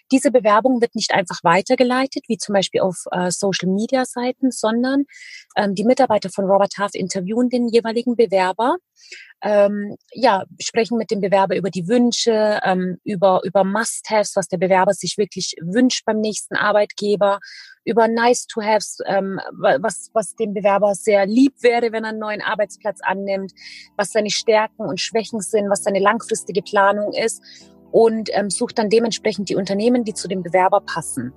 Diese Bewerbung wird nicht einfach weitergeleitet, wie zum Beispiel auf Social-Media-Seiten, sondern die Mitarbeiter von Robert Half interviewen den jeweiligen Bewerber, sprechen mit dem Bewerber über die Wünsche, über Must-Haves, was der Bewerber sich wirklich wünscht beim nächsten Arbeitgeber, über Nice-to-Haves, was dem Bewerber sehr lieb wäre, wenn er einen neuen Arbeitsplatz annimmt, was seine Stärken und Schwächen sind, was seine langfristige Planung ist und sucht dann dementsprechend die Unternehmen, die zu dem Bewerber passen.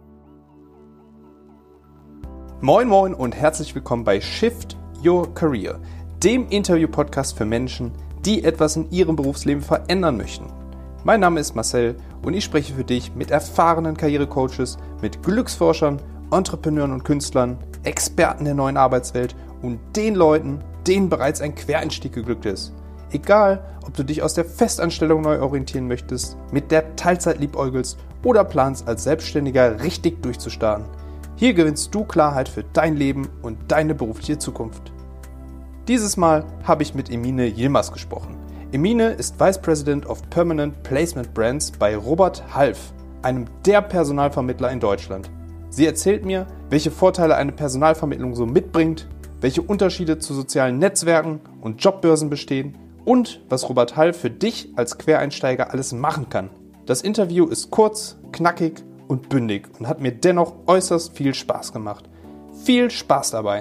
Moin Moin und herzlich willkommen bei Shift Your Career, dem Interview-Podcast für Menschen, die etwas in ihrem Berufsleben verändern möchten. Mein Name ist Marcel und ich spreche für dich mit erfahrenen Karrierecoaches, mit Glücksforschern, Entrepreneuren und Künstlern, Experten der neuen Arbeitswelt und den Leuten, denen bereits ein Quereinstieg geglückt ist. Egal, ob du dich aus der Festanstellung neu orientieren möchtest, mit der Teilzeit liebäugelst oder planst, als Selbstständiger richtig durchzustarten. Hier gewinnst du Klarheit für dein Leben und deine berufliche Zukunft. Dieses Mal habe ich mit Emine Yilmaz gesprochen. Emine ist Vice President of Permanent Placement Brands bei Robert Half, einem der Personalvermittler in Deutschland. Sie erzählt mir, welche Vorteile eine Personalvermittlung so mitbringt, welche Unterschiede zu sozialen Netzwerken und Jobbörsen bestehen und was Robert Half für dich als Quereinsteiger alles machen kann. Das Interview ist kurz, knackig und bündig und hat mir dennoch äußerst viel Spaß gemacht. Viel Spaß dabei!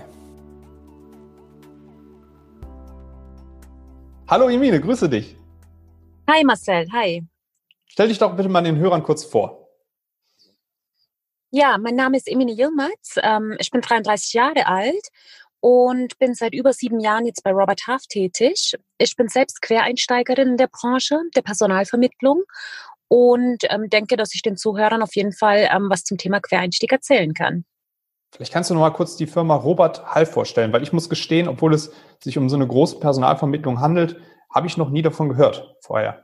Hallo Emine, grüße dich. Hi Marcel, hi. Stell dich doch bitte mal den Hörern kurz vor. Ja, mein Name ist Emine Yilmaz. Ich bin 33 Jahre alt und bin seit über 7 Jahren jetzt bei Robert Half tätig. Ich bin selbst Quereinsteigerin in der Branche der Personalvermittlung und denke, dass ich den Zuhörern auf jeden Fall was zum Thema Quereinstieg erzählen kann. Vielleicht kannst du noch mal kurz die Firma Robert Half vorstellen, weil ich muss gestehen, obwohl es sich um so eine große Personalvermittlung handelt, habe ich noch nie davon gehört vorher.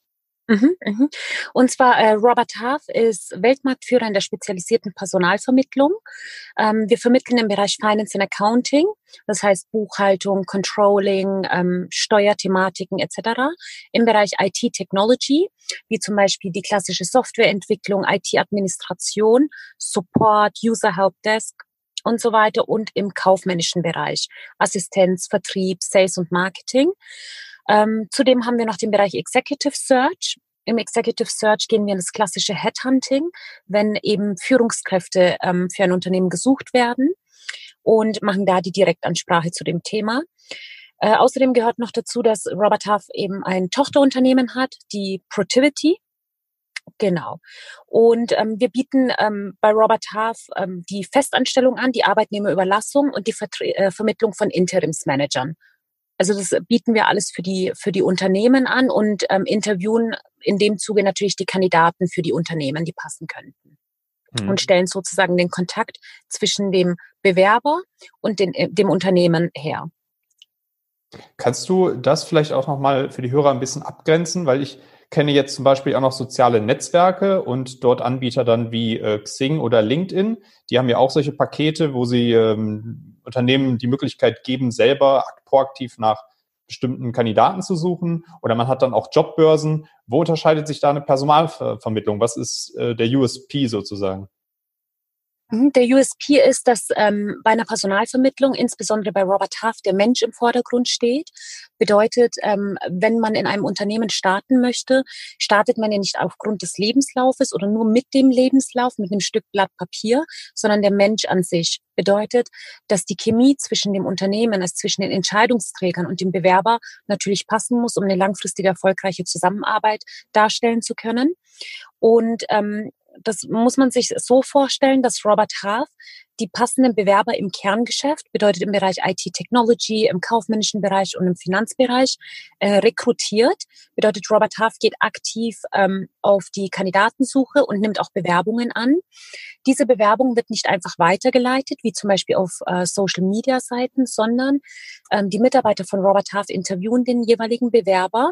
Und zwar Robert Half ist Weltmarktführer in der spezialisierten Personalvermittlung. Wir vermitteln im Bereich Finance and Accounting, das heißt Buchhaltung, Controlling, Steuerthematiken etc. Im Bereich IT-Technology, wie zum Beispiel die klassische Softwareentwicklung, IT-Administration, Support, User Helpdesk und so weiter und im kaufmännischen Bereich, Assistenz, Vertrieb, Sales und Marketing. Zudem haben wir noch den Bereich Executive Search. Im Executive Search gehen wir in das klassische Headhunting, wenn eben Führungskräfte für ein Unternehmen gesucht werden und machen da die Direktansprache zu dem Thema. Außerdem gehört noch dazu, dass Robert Half eben ein Tochterunternehmen hat, die Protiviti. Genau. Und wir bieten bei Robert Half die Festanstellung an, die Arbeitnehmerüberlassung und die Vermittlung von Interimsmanagern. Also das bieten wir alles für die Unternehmen an und interviewen in dem Zuge natürlich die Kandidaten für die Unternehmen, die passen könnten. Und stellen sozusagen den Kontakt zwischen dem Bewerber und dem Unternehmen her. Kannst du das vielleicht auch nochmal für die Hörer ein bisschen abgrenzen? Weil ich kenne jetzt zum Beispiel auch noch soziale Netzwerke und dort Anbieter dann wie Xing oder LinkedIn. Die haben ja auch solche Pakete, wo sie Unternehmen die Möglichkeit geben, selber proaktiv nach bestimmten Kandidaten zu suchen. Oder man hat dann auch Jobbörsen. Wo unterscheidet sich da eine Personalvermittlung? Was ist der USP sozusagen? Der USP ist, dass bei einer Personalvermittlung, insbesondere bei Robert Half, der Mensch im Vordergrund steht. Bedeutet, wenn man in einem Unternehmen starten möchte, startet man ja nicht aufgrund des Lebenslaufes oder nur mit dem Lebenslauf, mit einem Stück Blatt Papier, sondern der Mensch an sich. Bedeutet, dass die Chemie zwischen dem Unternehmen, also zwischen den Entscheidungsträgern und dem Bewerber natürlich passen muss, um eine langfristige erfolgreiche Zusammenarbeit darstellen zu können. Und das muss man sich so vorstellen, dass Robert Half die passenden Bewerber im Kerngeschäft, bedeutet im Bereich IT-Technology, im kaufmännischen Bereich und im Finanzbereich, rekrutiert. Bedeutet, Robert Half geht aktiv auf die Kandidatensuche und nimmt auch Bewerbungen an. Diese Bewerbung wird nicht einfach weitergeleitet, wie zum Beispiel auf Social-Media-Seiten, sondern die Mitarbeiter von Robert Half interviewen den jeweiligen Bewerber,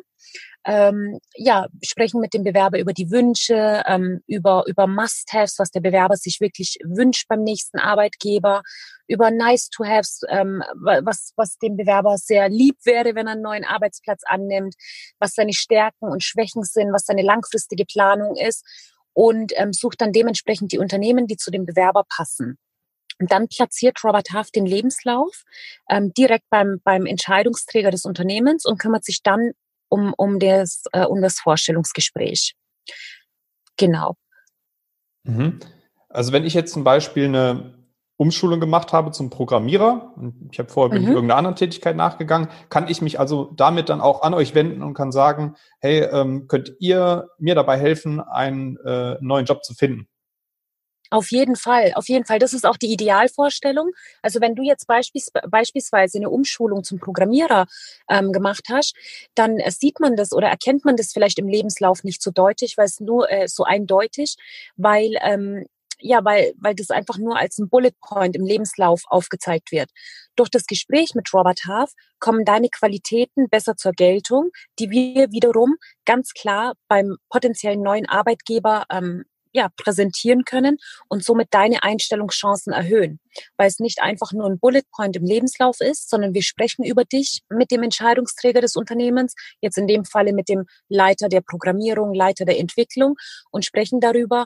sprechen mit dem Bewerber über die Wünsche, über Must-Haves, was der Bewerber sich wirklich wünscht beim nächsten Arbeitgeber, über Nice-to-Haves, was dem Bewerber sehr lieb wäre, wenn er einen neuen Arbeitsplatz annimmt, was seine Stärken und Schwächen sind, was seine langfristige Planung ist. und sucht dann dementsprechend die Unternehmen, die zu dem Bewerber passen. Und dann platziert Robert Half den Lebenslauf direkt beim Entscheidungsträger des Unternehmens und kümmert sich dann um das Vorstellungsgespräch. Genau. Mhm. Also wenn ich jetzt zum Beispiel eine Umschulung gemacht habe zum Programmierer und ich habe vorher bin ich irgendeiner anderen Tätigkeit nachgegangen, kann ich mich also damit dann auch an euch wenden und kann sagen, hey, könnt ihr mir dabei helfen, einen neuen Job zu finden? Auf jeden Fall, auf jeden Fall. Das ist auch die Idealvorstellung. Also wenn du jetzt beispielsweise eine Umschulung zum Programmierer gemacht hast, dann sieht man das oder erkennt man das vielleicht im Lebenslauf nicht so deutlich, weil es nur so eindeutig, weil weil das einfach nur als ein Bullet Point im Lebenslauf aufgezeigt wird. Durch das Gespräch mit Robert Half kommen deine Qualitäten besser zur Geltung, die wir wiederum ganz klar beim potenziellen neuen Arbeitgeber präsentieren können und somit deine Einstellungschancen erhöhen, weil es nicht einfach nur ein Bullet Point im Lebenslauf ist, sondern wir sprechen über dich mit dem Entscheidungsträger des Unternehmens, jetzt in dem Falle mit dem Leiter der Programmierung, Leiter der Entwicklung und sprechen darüber,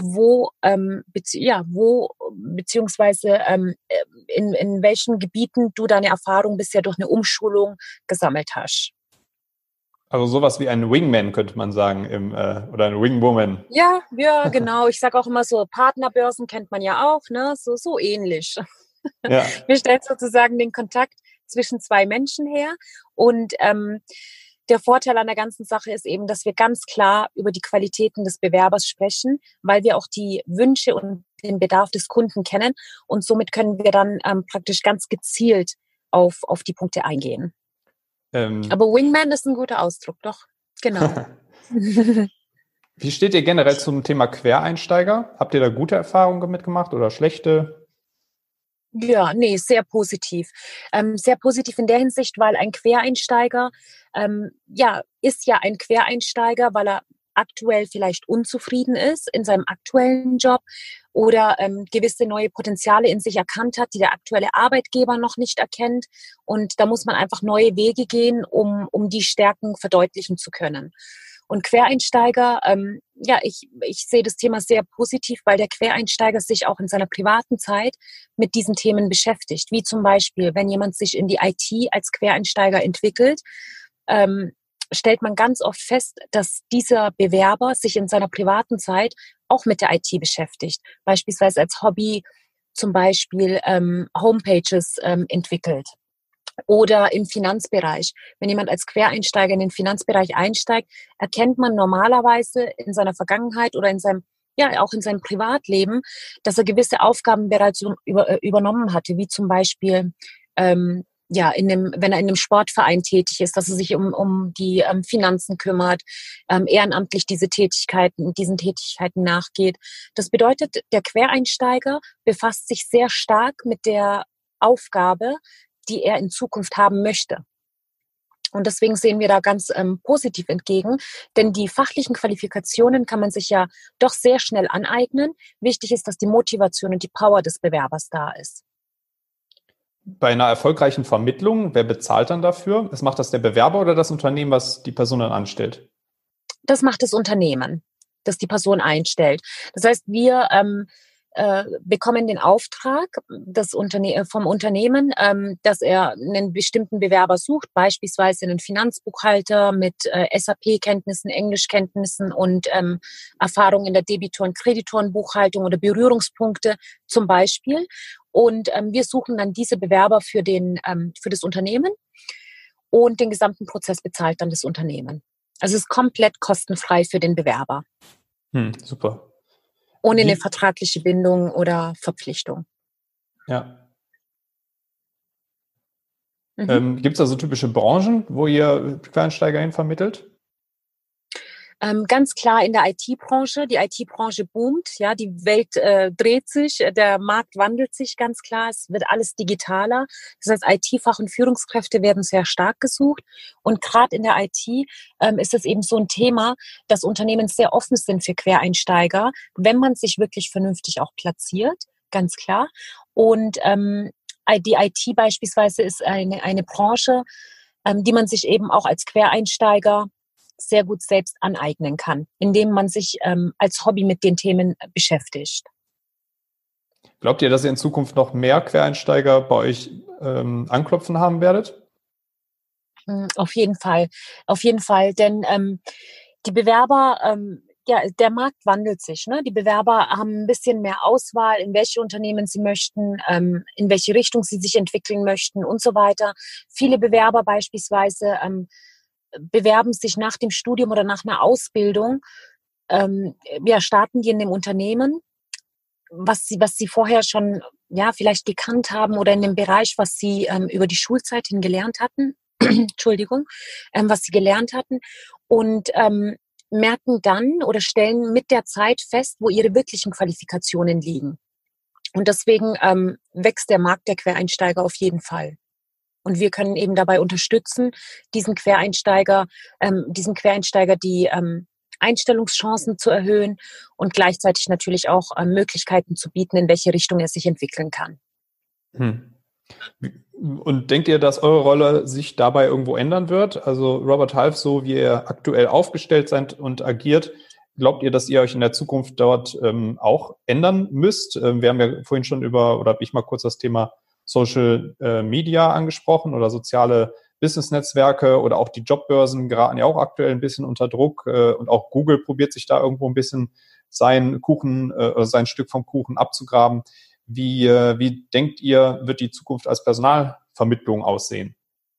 beziehungsweise in welchen Gebieten du deine Erfahrung bisher durch eine Umschulung gesammelt hast. Also sowas wie ein Wingman könnte man sagen, oder eine Wingwoman. Ja, genau. Ich sage auch immer so, Partnerbörsen kennt man ja auch, ne? So ähnlich. Ja. Wir stellen sozusagen den Kontakt zwischen zwei Menschen her. Und der Vorteil an der ganzen Sache ist eben, dass wir ganz klar über die Qualitäten des Bewerbers sprechen, weil wir auch die Wünsche und den Bedarf des Kunden kennen. Und somit können wir dann praktisch ganz gezielt auf die Punkte eingehen. Aber Wingman ist ein guter Ausdruck, doch. Genau. Wie steht ihr generell zum Thema Quereinsteiger? Habt ihr da gute Erfahrungen mitgemacht oder schlechte? Ja, nee, sehr positiv. Sehr positiv in der Hinsicht, weil ein Quereinsteiger, ist ja ein Quereinsteiger, weil er aktuell vielleicht unzufrieden ist in seinem aktuellen Job oder gewisse neue Potenziale in sich erkannt hat, die der aktuelle Arbeitgeber noch nicht erkennt. Und da muss man einfach neue Wege gehen, um die Stärken verdeutlichen zu können. Und Quereinsteiger, ich sehe das Thema sehr positiv, weil der Quereinsteiger sich auch in seiner privaten Zeit mit diesen Themen beschäftigt. Wie zum Beispiel, wenn jemand sich in die IT als Quereinsteiger entwickelt, stellt man ganz oft fest, dass dieser Bewerber sich in seiner privaten Zeit auch mit der IT beschäftigt. Beispielsweise als Hobby zum Beispiel Homepages entwickelt. Oder im Finanzbereich. Wenn jemand als Quereinsteiger in den Finanzbereich einsteigt, erkennt man normalerweise in seiner Vergangenheit oder auch in seinem Privatleben, dass er gewisse Aufgaben bereits übernommen hatte, wie zum Beispiel wenn er in einem Sportverein tätig ist, dass er sich um die Finanzen kümmert, ehrenamtlich diesen Tätigkeiten nachgeht. Das bedeutet, der Quereinsteiger befasst sich sehr stark mit der Aufgabe, die er in Zukunft haben möchte. Und deswegen sehen wir da ganz positiv entgegen, denn die fachlichen Qualifikationen kann man sich ja doch sehr schnell aneignen. Wichtig ist, dass die Motivation und die Power des Bewerbers da ist. Bei einer erfolgreichen Vermittlung, wer bezahlt dann dafür? Macht das der Bewerber oder das Unternehmen, was die Person dann anstellt? Das macht das Unternehmen, das die Person einstellt. Das heißt, wir bekommen den Auftrag vom Unternehmen, dass er einen bestimmten Bewerber sucht, beispielsweise einen Finanzbuchhalter mit SAP-Kenntnissen, Englischkenntnissen und Erfahrung in der Debitoren-, Kreditorenbuchhaltung oder Berührungspunkte zum Beispiel. Und wir suchen dann diese Bewerber für das Unternehmen und den gesamten Prozess bezahlt dann das Unternehmen. Also es ist komplett kostenfrei für den Bewerber. Super. Ohne eine vertragliche Bindung oder Verpflichtung. Ja. Gibt es da so typische Branchen, wo ihr Quereinsteiger hin vermittelt? Ganz klar in der IT-Branche. Die IT-Branche boomt, ja, die Welt dreht sich, der Markt wandelt sich ganz klar, es wird alles digitaler. Das heißt, IT-Fach- und Führungskräfte werden sehr stark gesucht. Und gerade in der IT ist es eben so ein Thema, dass Unternehmen sehr offen sind für Quereinsteiger, wenn man sich wirklich vernünftig auch platziert, ganz klar. Und die IT beispielsweise ist eine Branche, die man sich eben auch als Quereinsteiger sehr gut selbst aneignen kann, indem man sich als Hobby mit den Themen beschäftigt. Glaubt ihr, dass ihr in Zukunft noch mehr Quereinsteiger bei euch anklopfen haben werdet? Auf jeden Fall, denn die Bewerber, der Markt wandelt sich, ne? Die Bewerber haben ein bisschen mehr Auswahl, in welche Unternehmen sie möchten, in welche Richtung sie sich entwickeln möchten und so weiter. Viele Bewerber beispielsweise bewerben sich nach dem Studium oder nach einer Ausbildung, starten die in dem Unternehmen, was sie vorher schon vielleicht gekannt haben oder in dem Bereich, was sie über die Schulzeit hin gelernt hatten. Entschuldigung, was sie gelernt hatten und merken dann oder stellen mit der Zeit fest, wo ihre wirklichen Qualifikationen liegen. Und deswegen wächst der Markt der Quereinsteiger auf jeden Fall. Und wir können eben dabei unterstützen, diesen Quereinsteiger die Einstellungschancen zu erhöhen und gleichzeitig natürlich auch Möglichkeiten zu bieten, in welche Richtung er sich entwickeln kann. Und denkt ihr, dass eure Rolle sich dabei irgendwo ändern wird? Also Robert Half, so wie ihr aktuell aufgestellt seid und agiert, glaubt ihr, dass ihr euch in der Zukunft dort auch ändern müsst? Wir haben ja vorhin schon habe ich mal kurz das Thema Social Media angesprochen oder soziale Business-Netzwerke oder auch die Jobbörsen geraten ja auch aktuell ein bisschen unter Druck und auch Google probiert sich da irgendwo ein bisschen sein Stück vom Kuchen abzugraben. Wie denkt ihr, wird die Zukunft als Personalvermittlung aussehen?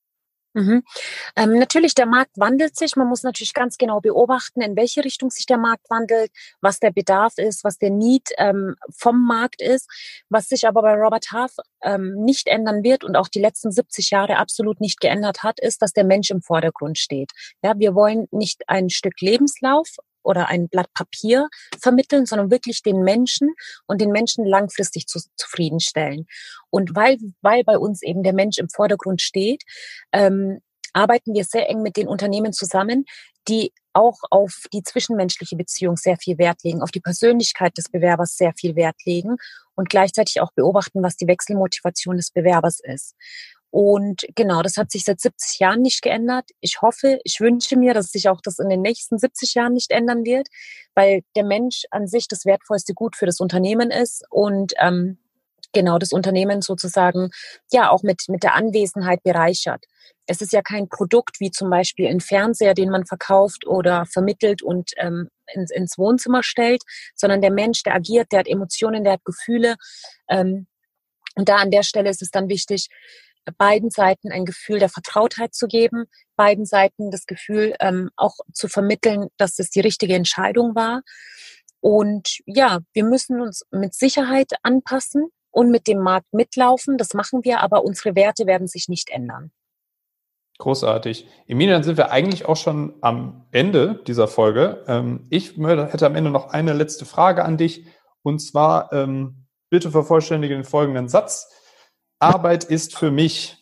Natürlich, der Markt wandelt sich. Man muss natürlich ganz genau beobachten, in welche Richtung sich der Markt wandelt, was der Bedarf ist, was der Need vom Markt ist. Was sich aber bei Robert Half nicht ändern wird und auch die letzten 70 Jahre absolut nicht geändert hat, ist, dass der Mensch im Vordergrund steht. Ja, wir wollen nicht ein Stück Lebenslauf oder ein Blatt Papier vermitteln, sondern wirklich den Menschen und den Menschen langfristig zufriedenstellen. Und weil bei uns eben der Mensch im Vordergrund steht, arbeiten wir sehr eng mit den Unternehmen zusammen, die auch auf die zwischenmenschliche Beziehung sehr viel Wert legen, auf die Persönlichkeit des Bewerbers sehr viel Wert legen und gleichzeitig auch beobachten, was die Wechselmotivation des Bewerbers ist. Und genau, das hat sich seit 70 Jahren nicht geändert. Ich wünsche mir, dass sich auch das in den nächsten 70 Jahren nicht ändern wird, weil der Mensch an sich das wertvollste Gut für das Unternehmen ist und das Unternehmen sozusagen auch mit der Anwesenheit bereichert. Es ist ja kein Produkt wie zum Beispiel ein Fernseher, den man verkauft oder vermittelt und ins Wohnzimmer stellt, sondern der Mensch, der agiert, der hat Emotionen, der hat Gefühle. Und da an der Stelle ist es dann wichtig, beiden Seiten ein Gefühl der Vertrautheit zu geben, beiden Seiten das Gefühl auch zu vermitteln, dass es die richtige Entscheidung war. Und wir müssen uns mit Sicherheit anpassen und mit dem Markt mitlaufen. Das machen wir, aber unsere Werte werden sich nicht ändern. Großartig. Emilia, dann sind wir eigentlich auch schon am Ende dieser Folge. Ich hätte am Ende noch eine letzte Frage an dich. Und zwar, bitte vervollständige den folgenden Satz. Arbeit ist für mich.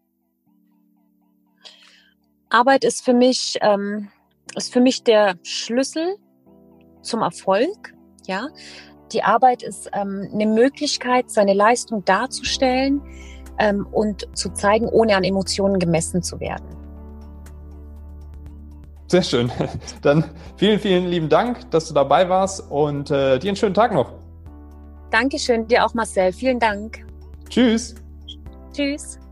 Arbeit ist für mich der Schlüssel zum Erfolg. Ja, die Arbeit ist eine Möglichkeit, seine Leistung darzustellen und zu zeigen, ohne an Emotionen gemessen zu werden. Sehr schön. Dann vielen, vielen lieben Dank, dass du dabei warst und dir einen schönen Tag noch. Dankeschön, dir auch, Marcel. Vielen Dank. Tschüss. Tschüss.